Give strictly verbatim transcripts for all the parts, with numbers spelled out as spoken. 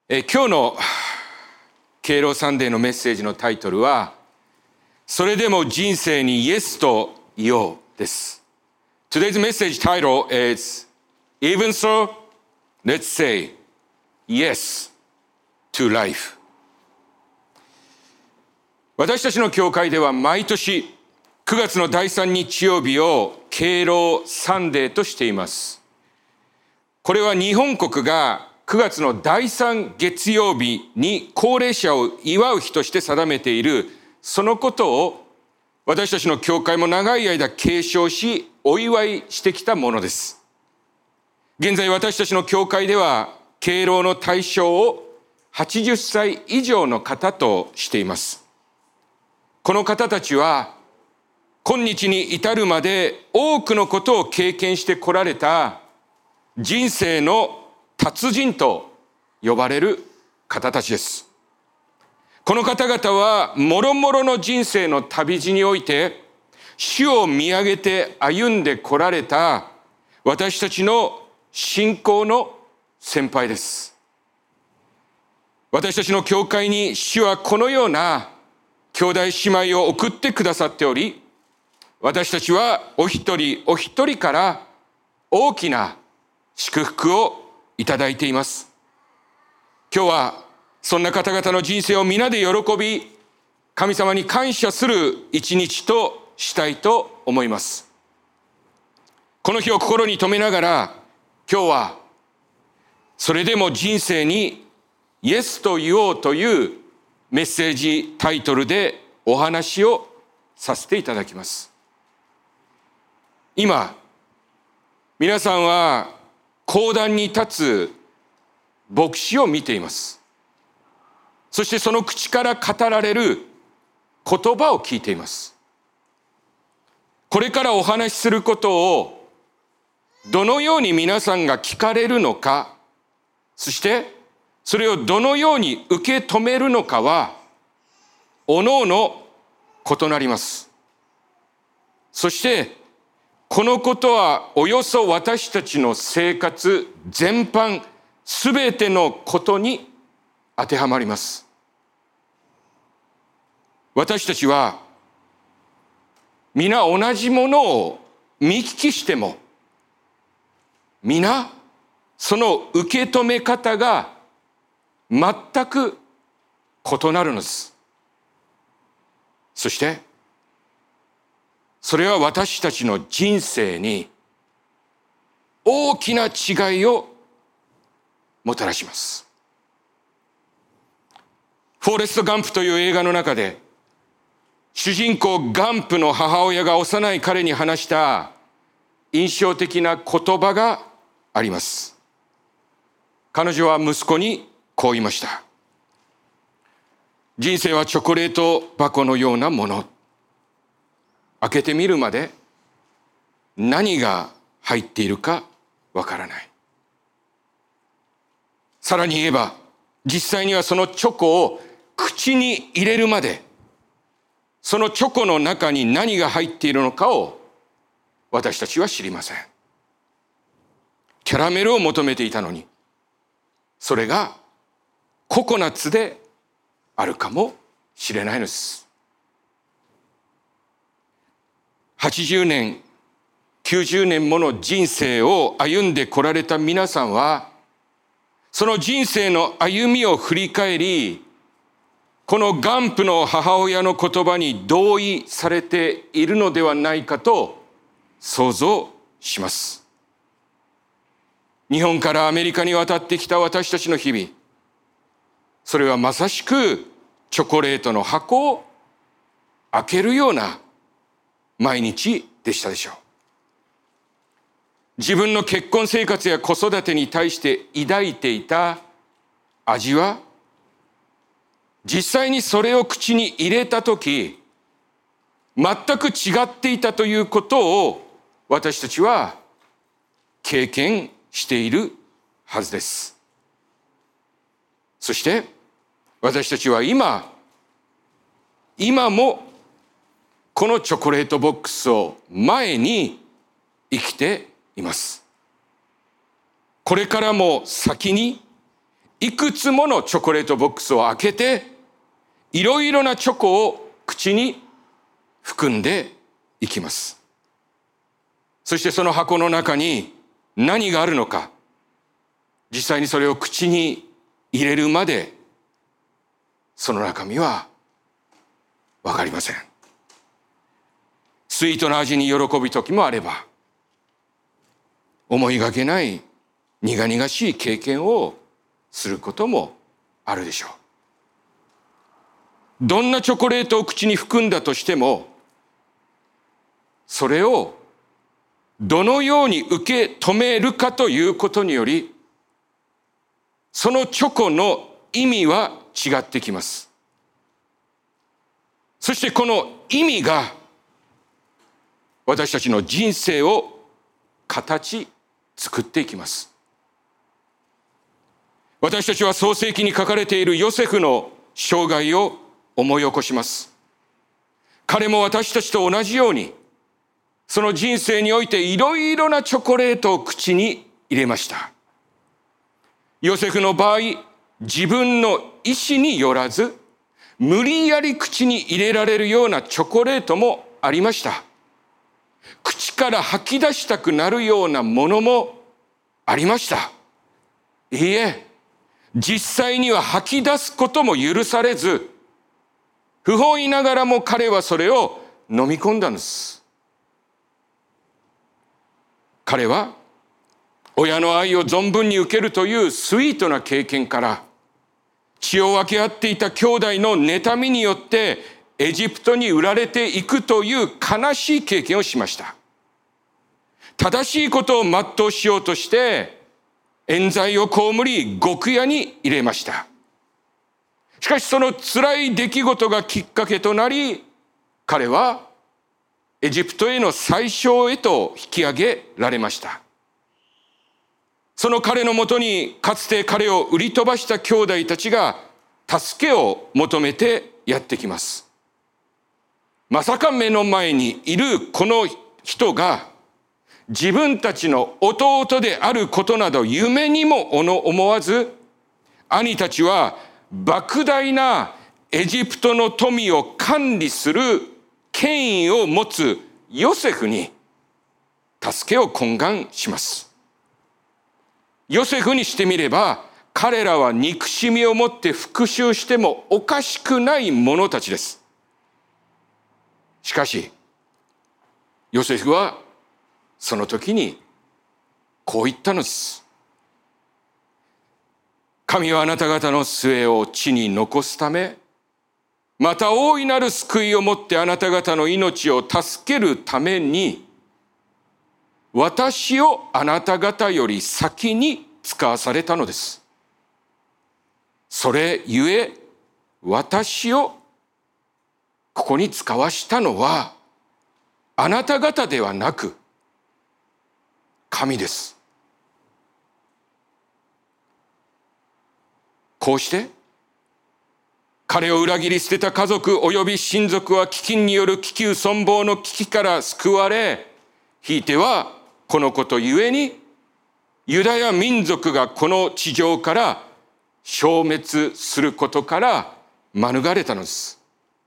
え今日の敬老サンデーのメッセージのタイトルは、それでも人生にイエスと言おうです。Today's message title is Even so, let's say yes to life. 私たちの教会では毎年くがつのだいさん日曜日を敬老サンデーとしています。これは日本国がくがつのだいさん月曜日に高齢者を祝う日として定めている、そのことを私たちの教会も長い間継承しお祝いしてきたものです。現在私たちの教会では敬老の対象をはちじゅっさい以上の方としています。この方たちは今日に至るまで多くのことを経験してこられた人生の達人と呼ばれる方たちです。この方々はもろもろの人生の旅路において主を見上げて歩んでこられた私たちの信仰の先輩です。私たちの教会に主はこのような兄弟姉妹を送ってくださっており、私たちはお一人お一人から大きな祝福をいただいています。今日はそんな方々の人生を皆で喜び、神様に感謝する一日としたいと思います。この日を心に留めながら、今日はそれでも人生にイエスと言おうというメッセージタイトルでお話をさせていただきます。今皆さんは講談に立つ牧師を見ています。そしてその口から語られる言葉を聞いています。これからお話しすることをどのように皆さんが聞かれるのか、そしてそれをどのように受け止めるのかはおのおの異なります。そしてこのことはおよそ私たちの生活全般すべてのことに当てはまります。私たちは皆同じものを見聞きしても、皆その受け止め方が全く異なるのです。そしてそれは私たちの人生に大きな違いをもたらします。フォーレスト・ガンプという映画の中で、主人公ガンプの母親が幼い彼に話した印象的な言葉があります。彼女は息子にこう言いました。人生はチョコレート箱のようなもの。開けてみるまで何が入っているかわからない。さらに言えば、実際にはそのチョコを口に入れるまで、そのチョコの中に何が入っているのかを私たちは知りません。キャラメルを求めていたのに、それがココナッツであるかもしれないのです。はちじゅうねん、きゅうじゅうねんもの人生を歩んでこられた皆さんは、その人生の歩みを振り返り、このガンプの母親の言葉に同意されているのではないかと想像します。日本からアメリカに渡ってきた私たちの日々、それはまさしくチョコレートの箱を開けるような毎日でしたでしょう。自分の結婚生活や子育てに対して抱いていた味は、実際にそれを口に入れたとき、全く違っていたということを私たちは経験しているはずです。そして私たちは今、今もこのチョコレートボックスを前に生きています。これからも先にいくつものチョコレートボックスを開けて、いろいろなチョコを口に含んでいきます。そしてその箱の中に何があるのか、実際にそれを口に入れるまで、その中身はわかりません。スイートな味に喜ぶ時もあれば、思いがけない苦々しい経験をすることもあるでしょう。どんなチョコレートを口に含んだとしても、それをどのように受け止めるかということにより、そのチョコの意味は違ってきます。そしてこの意味が私たちの人生を形作っていきます。私たちは創世記に書かれているヨセフの生涯を思い起こします。彼も私たちと同じように、その人生においていろいろなチョコレートを口に入れました。ヨセフの場合、自分の意思によらず、無理やり口に入れられるようなチョコレートもありました。口から吐き出したくなるようなものもありました。いいえ、実際には吐き出すことも許されず、不本意ながらも彼はそれを飲み込んだんです。彼は親の愛を存分に受けるというスイートな経験から、血を分け合っていた兄弟の妬みによってエジプトに売られていくという悲しい経験をしました。正しいことを全うしようとして冤罪を被り獄屋に入れました。しかしその辛い出来事がきっかけとなり、彼はエジプトへの宰相へと引き上げられました。その彼のもとにかつて彼を売り飛ばした兄弟たちが助けを求めてやってきます。まさか目の前にいるこの人が自分たちの弟であることなど夢にも思わず、兄たちは莫大なエジプトの富を管理する権威を持つヨセフに助けを懇願します。ヨセフにしてみれば、彼らは憎しみを持って復讐してもおかしくない者たちです。しかし、ヨセフはその時にこう言ったのです。神はあなた方の末を地に残すため、また大いなる救いをもってあなた方の命を助けるために、私をあなた方より先に使わされたのです。それゆえ私をここに使わしたのはあなた方ではなく神です。こうして彼を裏切り捨てた家族および親族は飢饉による飢窮存亡の危機から救われ、ひいてはこのことゆえにユダヤ民族がこの地上から消滅することから免れたのです。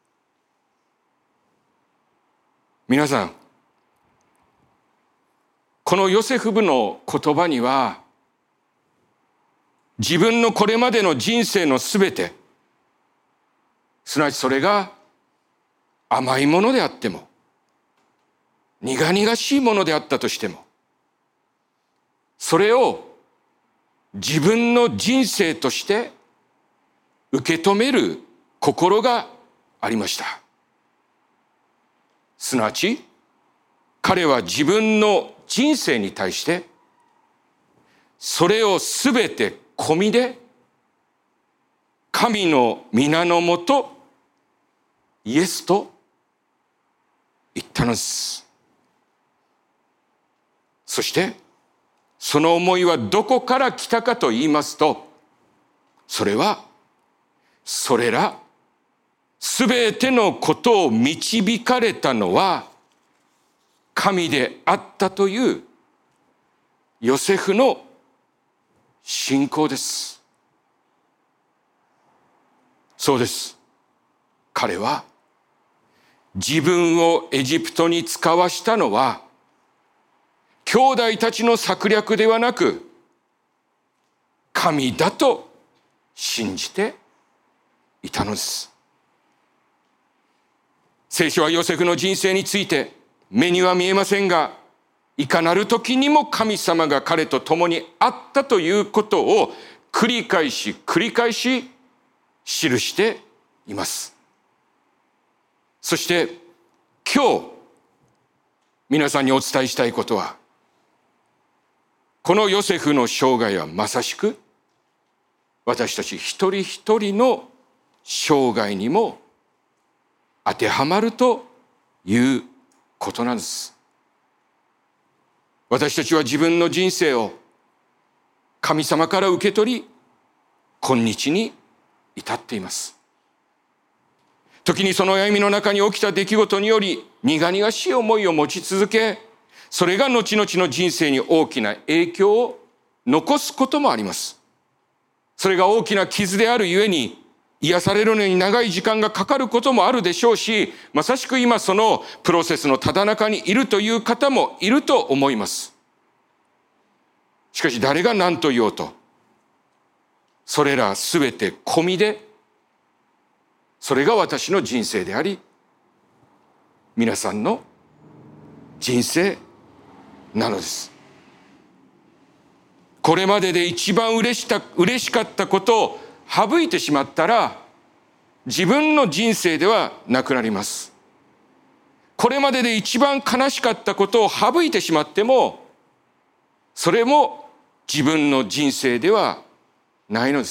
皆さん、このヨセフの言葉には、自分のこれまでの人生のすべて、すなわちそれが甘いものであっても、苦々しいものであったとしても、それを自分の人生として受け止める心がありました。すなわち、彼は自分の人生に対して、それをすべて込みで、神の皆のもと、イエスと言ったのです。そして、その思いはどこから来たかと言いますと、それは、それら、すべてのことを導かれたのは、神であったという、ヨセフの信仰です。 そうです。彼は自分をエジプトに使わしたのは兄弟たちの策略ではなく神だと信じていたのです。聖書はヨセフの人生について目には見えませんが、いかなる時にも神様が彼と共にあったということを繰り返し繰り返し記しています。そして今日皆さんにお伝えしたいことは、このヨセフの生涯はまさしく私たち一人一人の生涯にも当てはまるということなんです。私たちは自分の人生を神様から受け取り、今日に至っています。時にその歩みの中に起きた出来事により苦々しい思いを持ち続け、それが後々の人生に大きな影響を残すこともあります。それが大きな傷であるゆえに、癒されるのに長い時間がかかることもあるでしょうし、まさしく今そのプロセスのただ中にいるという方もいると思います。しかし誰が何と言おうと、それらすべて込みで、それが私の人生であり、皆さんの人生なのです。これまでで一番嬉しか嬉しかったことを省いてしまったら、自分の人生ではなくなります。これまでで一番悲しかったことを省いてしまっても、それも自分の人生ではないのです。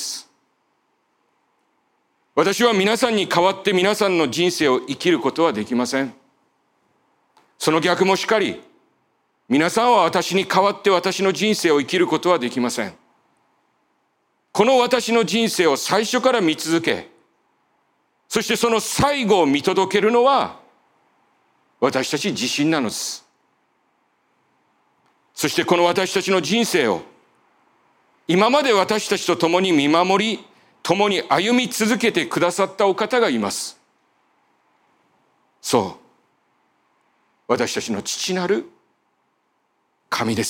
私は皆さんに代わって皆さんの人生を生きることはできません。その逆もしかり、皆さんは私に代わって私の人生を生きることはできません。この私の人生を最初から見続け、そしてその最後を見届けるのは私たち自身なのです。そしてこの私たちの人生を今まで私たちと共に見守り、共に歩み続けてくださったお方がいます。そう、私たちの父なる神です。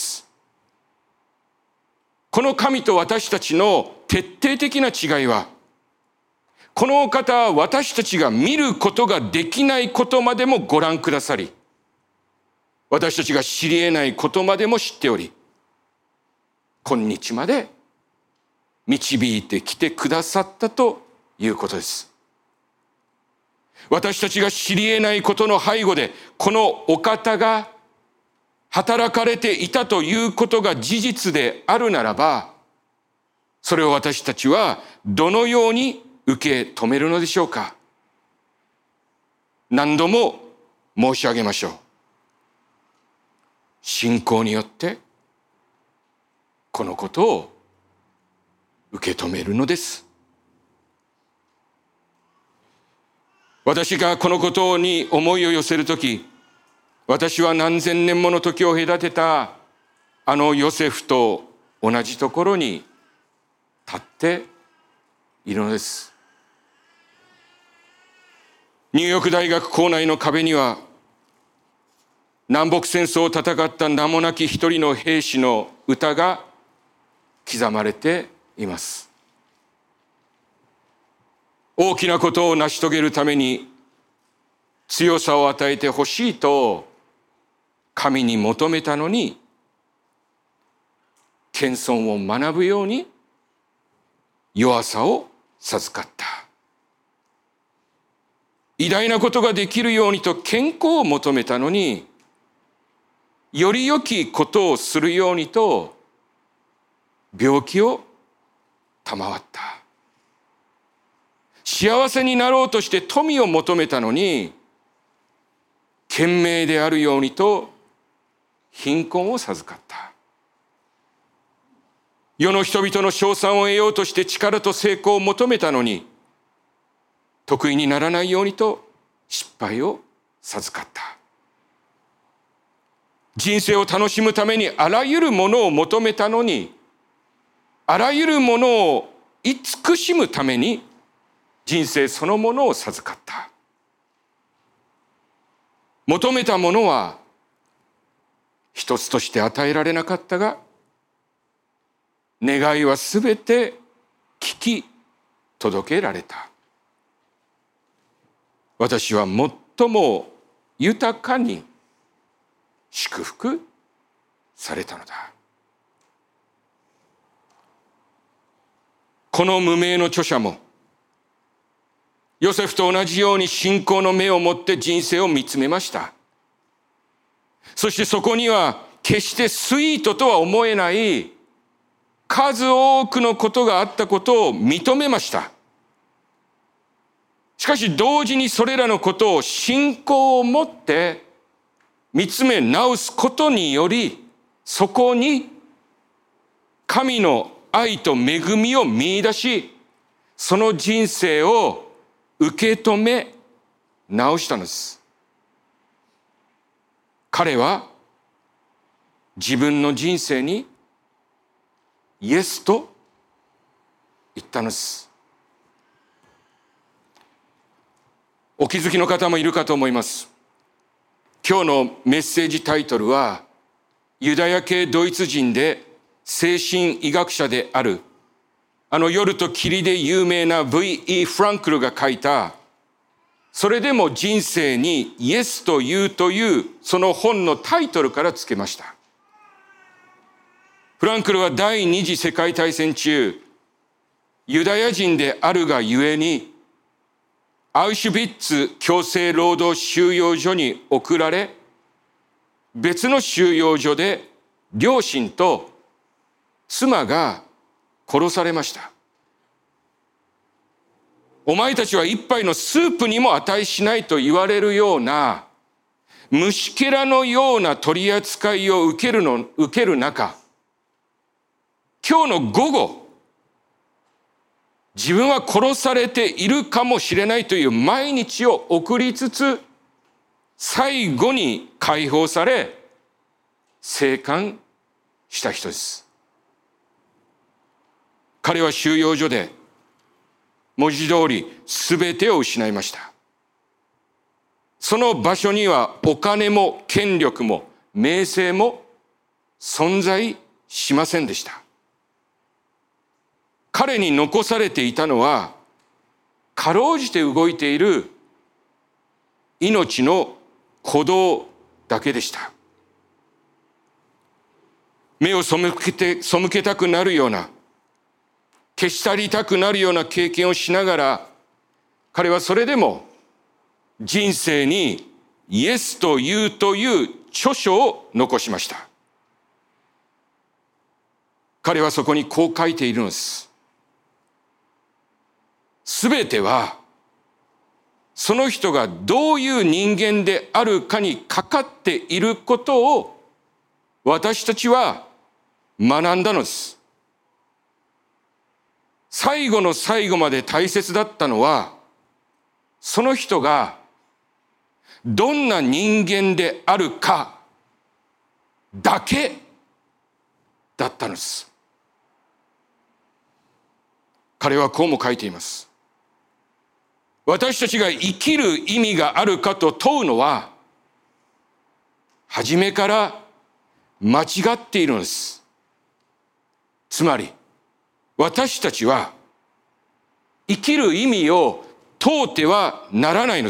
この神と私たちの徹底的な違いは、このお方は私たちが見ることができないことまでもご覧くださり、私たちが知り得ないことまでも知っており、今日まで導いてきてくださったということです。私たちが知り得ないことの背後で、このお方が働かれていたということが事実であるならば、それを私たちはどのように受け止めるのでしょうか。何度も申し上げましょう。信仰によってこのことを受け止めるのです。私がこのことに思いを寄せるとき、私は何千年もの時を隔てたあのヨセフと同じところに立っているのです。ニューヨーク大学構内の壁には、南北戦争を戦った名もなき一人の兵士の歌が刻まれています。大きなことを成し遂げるために強さを与えてほしいと神に求めたのに、謙遜を学ぶように弱さを授かった。偉大なことができるようにと健康を求めたのに、より良きことをするようにと病気を賜った。幸せになろうとして富を求めたのに、賢明であるようにと貧困を授かった。世の人々の称賛を得ようとして力と成功を求めたのに、得意にならないようにと失敗を授かった。人生を楽しむためにあらゆるものを求めたのに、あらゆるものを慈しむために人生そのものを授かった。求めたものは一つとして与えられなかったが、願いはすべて聞き届けられた。私は最も豊かに祝福されたのだ。この無名の著者もヨセフと同じように信仰の目を持って人生を見つめました。そしてそこには決してスイートとは思えない数多くのことがあったことを認めました。しかし同時にそれらのことを信仰を持って見つめ直すことにより、そこに神の愛と恵みを見出し、その人生を受け止め直したのです。彼は自分の人生にイエスと言ったのです。お気づきの方もいるかと思います。今日のメッセージタイトルは、ユダヤ系ドイツ人で精神医学者であるあの夜と霧で有名な ブイイー フランクルが書いた、それでも人生にイエスと言うというその本のタイトルからつけました。フランクルは第二次世界大戦中、ユダヤ人であるがゆえに、アウシュビッツ強制労働収容所に送られ、別の収容所で両親と妻が殺されました。お前たちは一杯のスープにも値しないと言われるような虫けらのような取り扱いを受けるの、受ける中、今日の午後、自分は殺されているかもしれないという毎日を送りつつ、最後に解放され、生還した人です。彼は収容所で文字通り全てを失いました。その場所にはお金も権力も名声も存在しませんでした。彼に残されていたのは、かろうじて動いている命の鼓動だけでした。目を背けて、背けたくなるような、消し去りたくなるような経験をしながら、彼はそれでも人生にイエスというという著書を残しました。彼はそこにこう書いているのです。すべてはその人がどういう人間であるかにかかっていることを私たちは学んだのです。最後の最後まで大切だったのは、その人がどんな人間であるかだけだったのです。彼はこうも書いています。私たちが生きる意味があるかと問うのは、初めから間違っているのです。つまり、私たちは生きる意味を問うてはならないのです。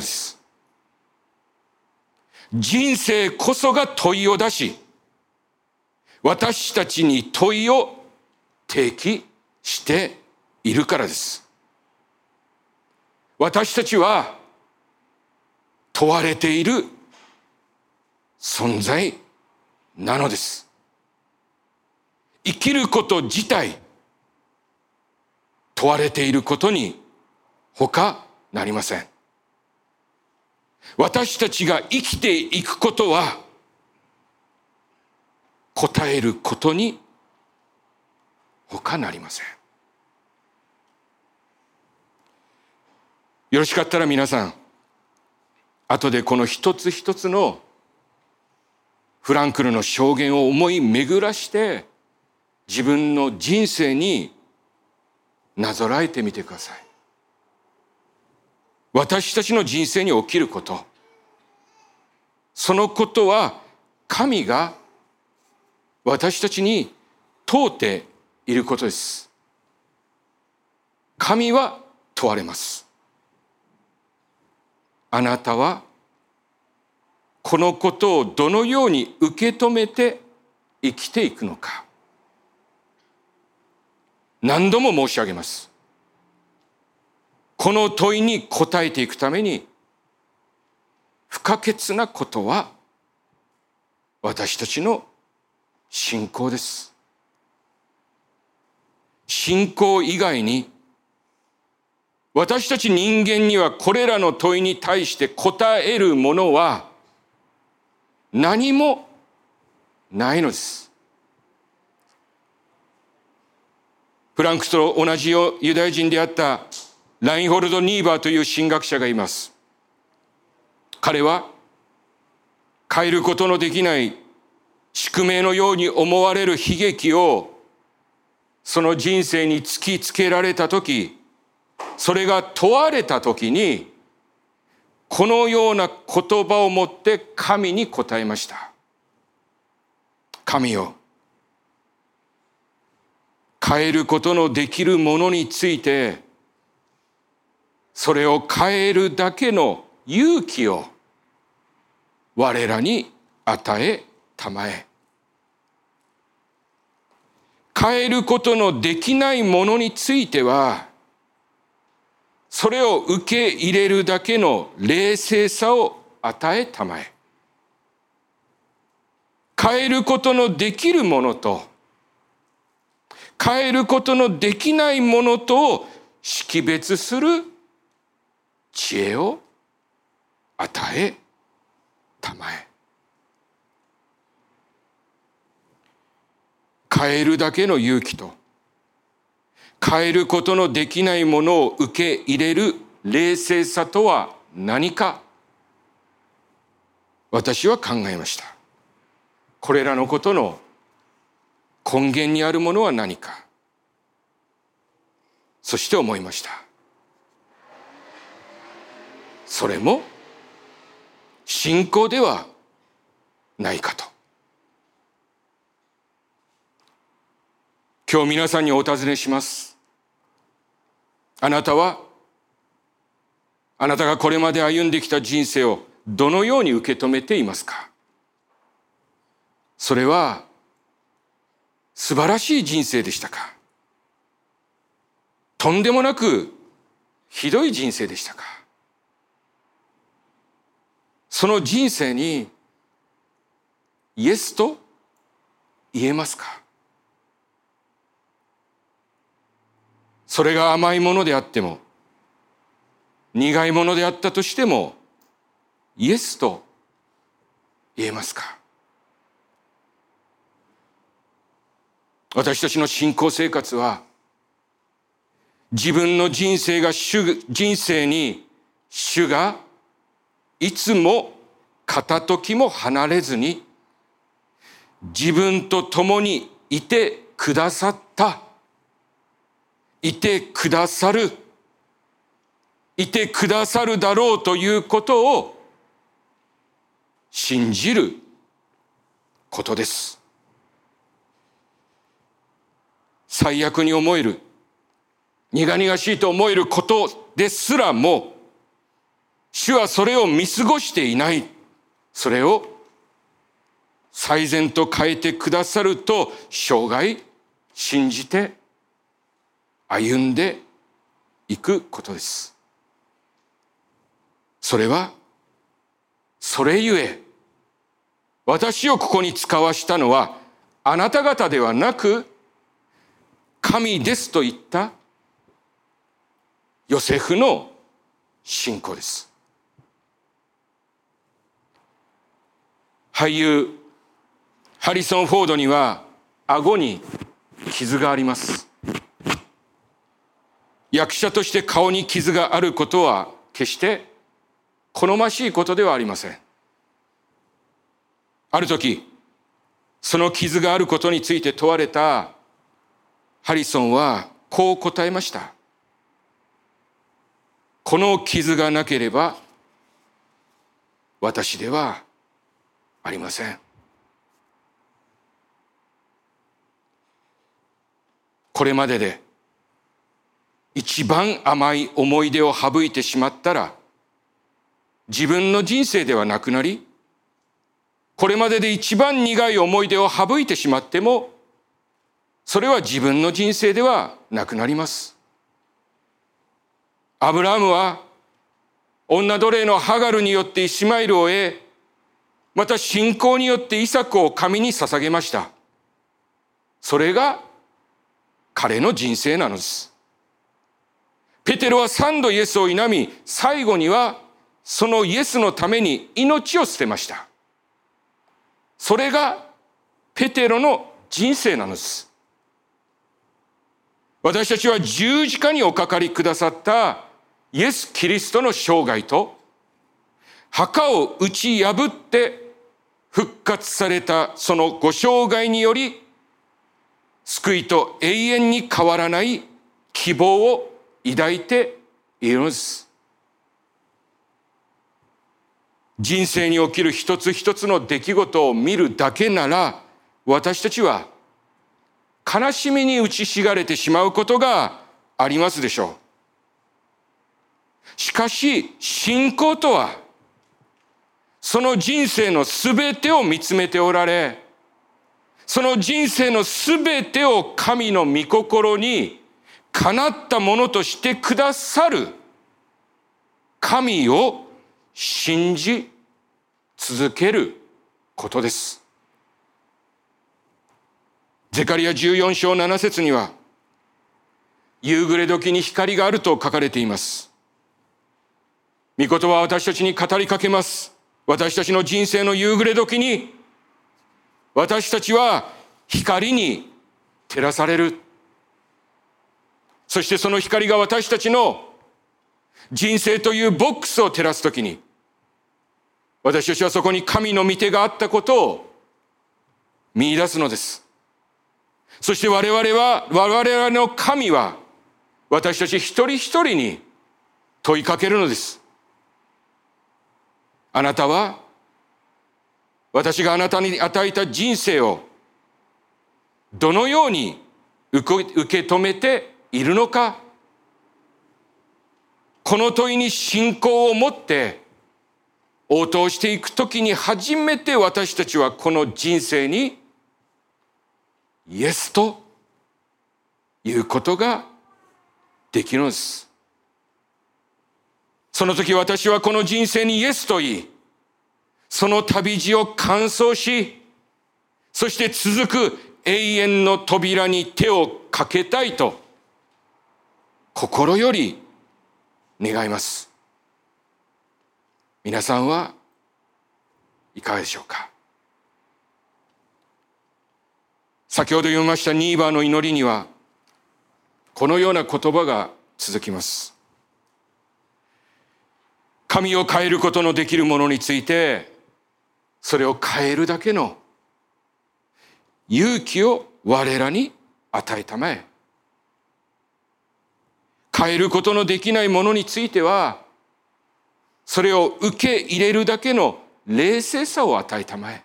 人生こそが問いを出し、私たちに問いを提起しているからです。私たちは問われている存在なのです。生きること自体、問われていることに他なりません。私たちが生きていくことは、答えることに他なりません。よろしかったら皆さん、後でこの一つ一つのフランクルの証言を思い巡らして、自分の人生になぞらえてみてください。 私たちの人生に起きること、そのことは神が私たちに問うていることです。神は問われます。あなたはこのことをどのように受け止めて生きていくのか。何度も申し上げます。この問いに答えていくために不可欠なことは私たちの信仰です。信仰以外に私たち人間にはこれらの問いに対して答えるものは何もないのです。フランクと同じユダヤ人であったラインホルド・ニーバーという神学者がいます。彼は変えることのできない宿命のように思われる悲劇をその人生に突きつけられたとき、それが問われたときにこのような言葉を持って神に答えました。神よ、変えることのできるものについてそれを変えるだけの勇気を我らに与えたまえ。変えることのできないものについてはそれを受け入れるだけの冷静さを与えたまえ。変えることのできるものと変えることのできないものとを識別する知恵を与えたまえ。変えるだけの勇気と変えることのできないものを受け入れる冷静さとは何か、私は考えました。これらのことの根源にあるものは何か。そして思いました。それも信仰ではないかと。今日皆さんにお尋ねします。あなたはあなたがこれまで歩んできた人生をどのように受け止めていますか。それは素晴らしい人生でしたか、とんでもなくひどい人生でしたか。その人生にイエスと言えますか。それが甘いものであっても苦いものであったとしてもイエスと言えますか。私たちの信仰生活は自分の人生が主人生に主がいつも片時も離れずに自分と共にいてくださったいてくださるいてくださるだろうということを信じることです。最悪に思える苦々しいと思えることですらも主はそれを見過ごしていない。それを最善と変えてくださると生涯信じて歩んでいくことです。それはそれゆえ私をここに使わしたのはあなた方ではなく神ですと言ったヨセフの信仰です。俳優ハリソン・フォードには顎に傷があります。役者として顔に傷があることは決して好ましいことではありません。ある時その傷があることについて問われたハリソンはこう答えました。 この傷がなければ私ではありません。これまでで一番甘い思い出を省いてしまったら、自分の人生ではなくなり、これまでで一番苦い思い出を省いてしまっても、それは自分の人生ではなくなります。アブラハムは女奴隷のハガルによってイシマエルを得、また信仰によってイサクを神に捧げました。それが彼の人生なのです。ペテロは三度イエスを否み、最後にはそのイエスのために命を捨てました。それがペテロの人生なのです。私たちは十字架におかかりくださったイエス・キリストの生涯と、墓を打ち破って復活されたそのご生涯により、救いと永遠に変わらない希望を抱いているのです。人生に起きる一つ一つの出来事を見るだけなら、私たちは悲しみに打ちひしがれてしまうことがありますでしょう。しかし信仰とは、その人生のすべてを見つめておられ、その人生のすべてを神の御心にかなったものとしてくださる神を信じ続けることです。ゼカリヤじゅうよん章なな節には、夕暮れ時に光があると書かれています。御言葉は私たちに語りかけます。私たちの人生の夕暮れ時に、私たちは光に照らされる。そしてその光が私たちの人生というボックスを照らすときに、私たちはそこに神の御手があったことを見出すのです。そして我々は、我々の神は私たち一人一人に問いかけるのです。あなたは私があなたに与えた人生をどのように受け止めているのか。この問いに信仰を持って応答していくときに、初めて私たちはこの人生にイエスということができるのです。その時私はこの人生にイエスと言い、その旅路を完走し、そして続く永遠の扉に手をかけたいと心より願います。皆さんはいかがでしょうか。先ほど読みましたニーバーの祈りにはこのような言葉が続きます。神を変えることのできるものについて、それを変えるだけの勇気を我らに与えたまえ。変えることのできないものについては、それを受け入れるだけの冷静さを与えたまえ。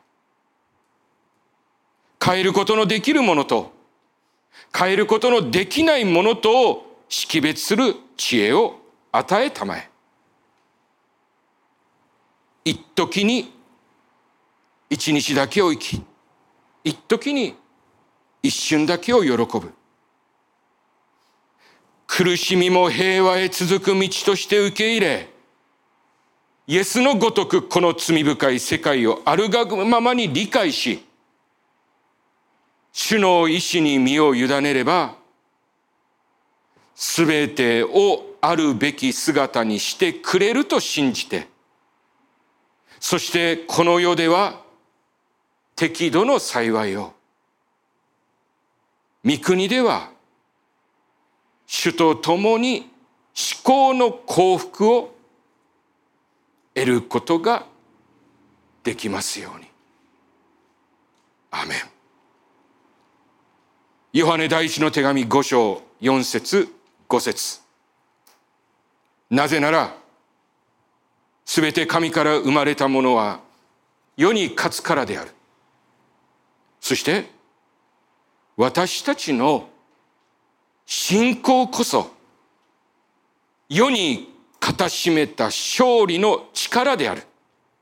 変えることのできるものと変えることのできないものとを識別する知恵を与えたまえ。一時に一日だけを生き、一時に一瞬だけを喜ぶ。苦しみも平和へ続く道として受け入れ、イエスのごとくこの罪深い世界をあるがままに理解し、主の意志に身を委ねれば、すべてをあるべき姿にしてくれると信じて、そしてこの世では適度の幸いを、御国では主と共に至高の幸福を得ることができますように。アーメン。ヨハネ第一の手紙ご章よん節ご節。 なぜなら、すべて神から生まれたものは世に勝つからである。そして、私たちの信仰こそ、世に固しめた勝利の力である。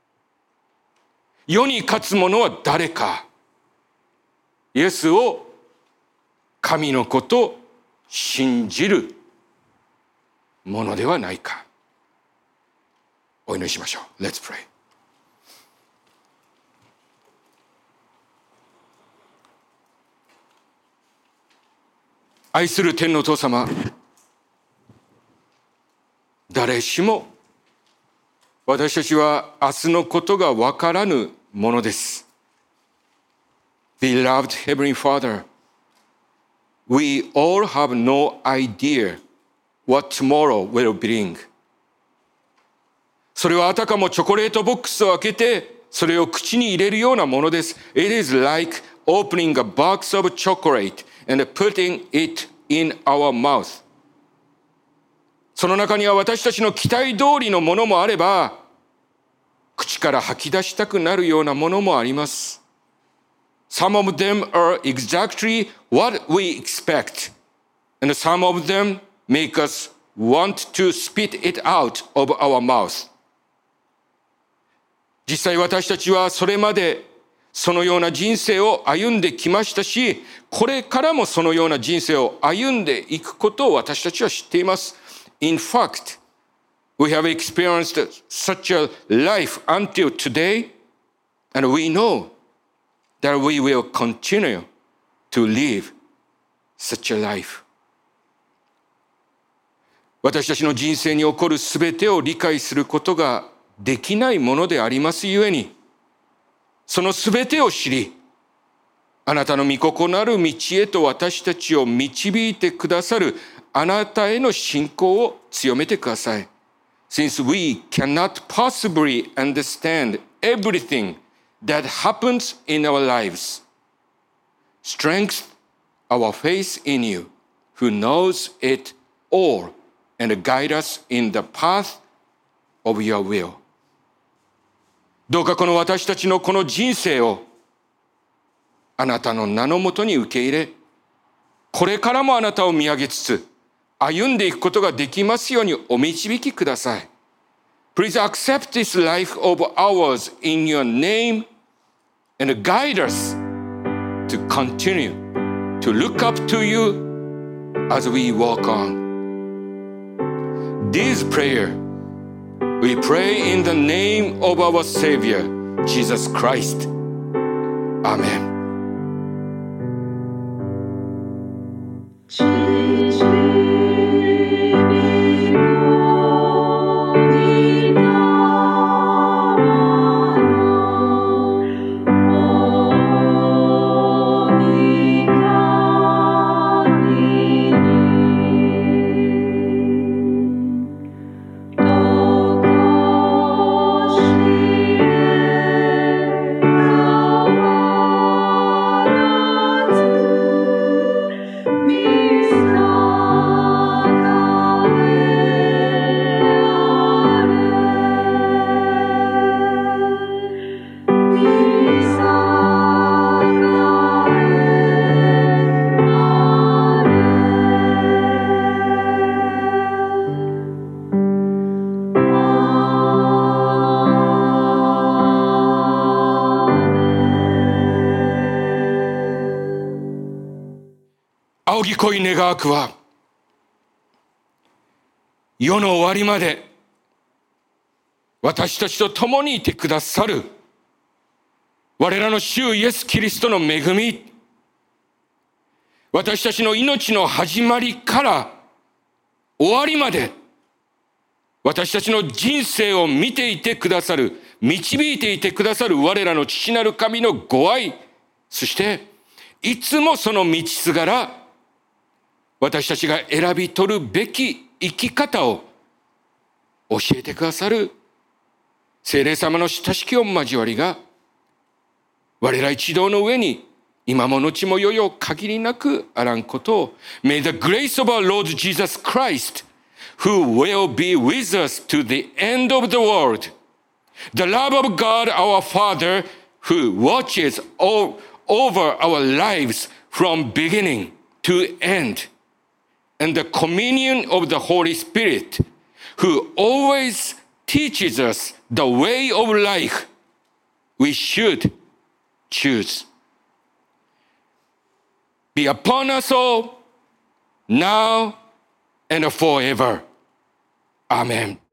世に勝つ者は誰か。イエスを神の子と信じるものではないか。お祈りしましょう。Let's pray. 愛する天のお父様、誰しも私たちは明日のことがわからぬものです。Beloved Heavenly Father, we all have no idea what tomorrow will bring. それはあたかもチョコレートボックスを開けてそれを口に入れるようなものです。It is like opening a box of chocolate and putting it in our mouth. その中には私たちの期待通りのものもあれば、口から吐き出したくなるようなものもあります。Some of them are exactly what we expect, and some of them make us want to spit it out of our mouth. 実際私たちはそれまでそのような人生を歩んできましたし、これからもそのような人生を歩んでいくことを私たちは知っています。In fact, we have experienced such a life until today, and we know that we will continue to live such a life. 私たちの人生に起こるすべてを理解することができないものでありますゆえに、そのすべてを知り、あなたの御心なる道へと私たちを導いてくださるあなたへの信仰を強めてください。Since we cannot possibly understand everything that happens in our lives, strengthen our faith in you, who knows it all, and guide us in the path of your will. どうかこの私たちのこの人生をあなたの名のもとに受け入れ、これからもあなたを見上げつつ歩んでいくことができますようにお導きください。Please accept this life of ours in your name and guide us to continue to look up to you as we walk on. This prayer we pray in the name of our Savior, Jesus Christ. Amen.仰ぎこい願わくは、世の終わりまで私たちと共にいてくださる我らの主イエス・キリストの恵み、私たちの命の始まりから終わりまで私たちの人生を見ていてくださる、導いていてくださる我らの父なる神のご愛、そしていつもその道すがら私たちが選び取るべき生き方を教えてくださる聖霊様の親しき御交わりが我ら一同の上に今も後も世々限りなくあらんことを。 May the grace of our Lord Jesus Christ, who will be with us to the end of the world. The love of God our Father, who watches all, over our lives from beginning to end, and the communion of the Holy Spirit, who always teaches us the way of life we should choose, be upon us all, now and forever. Amen.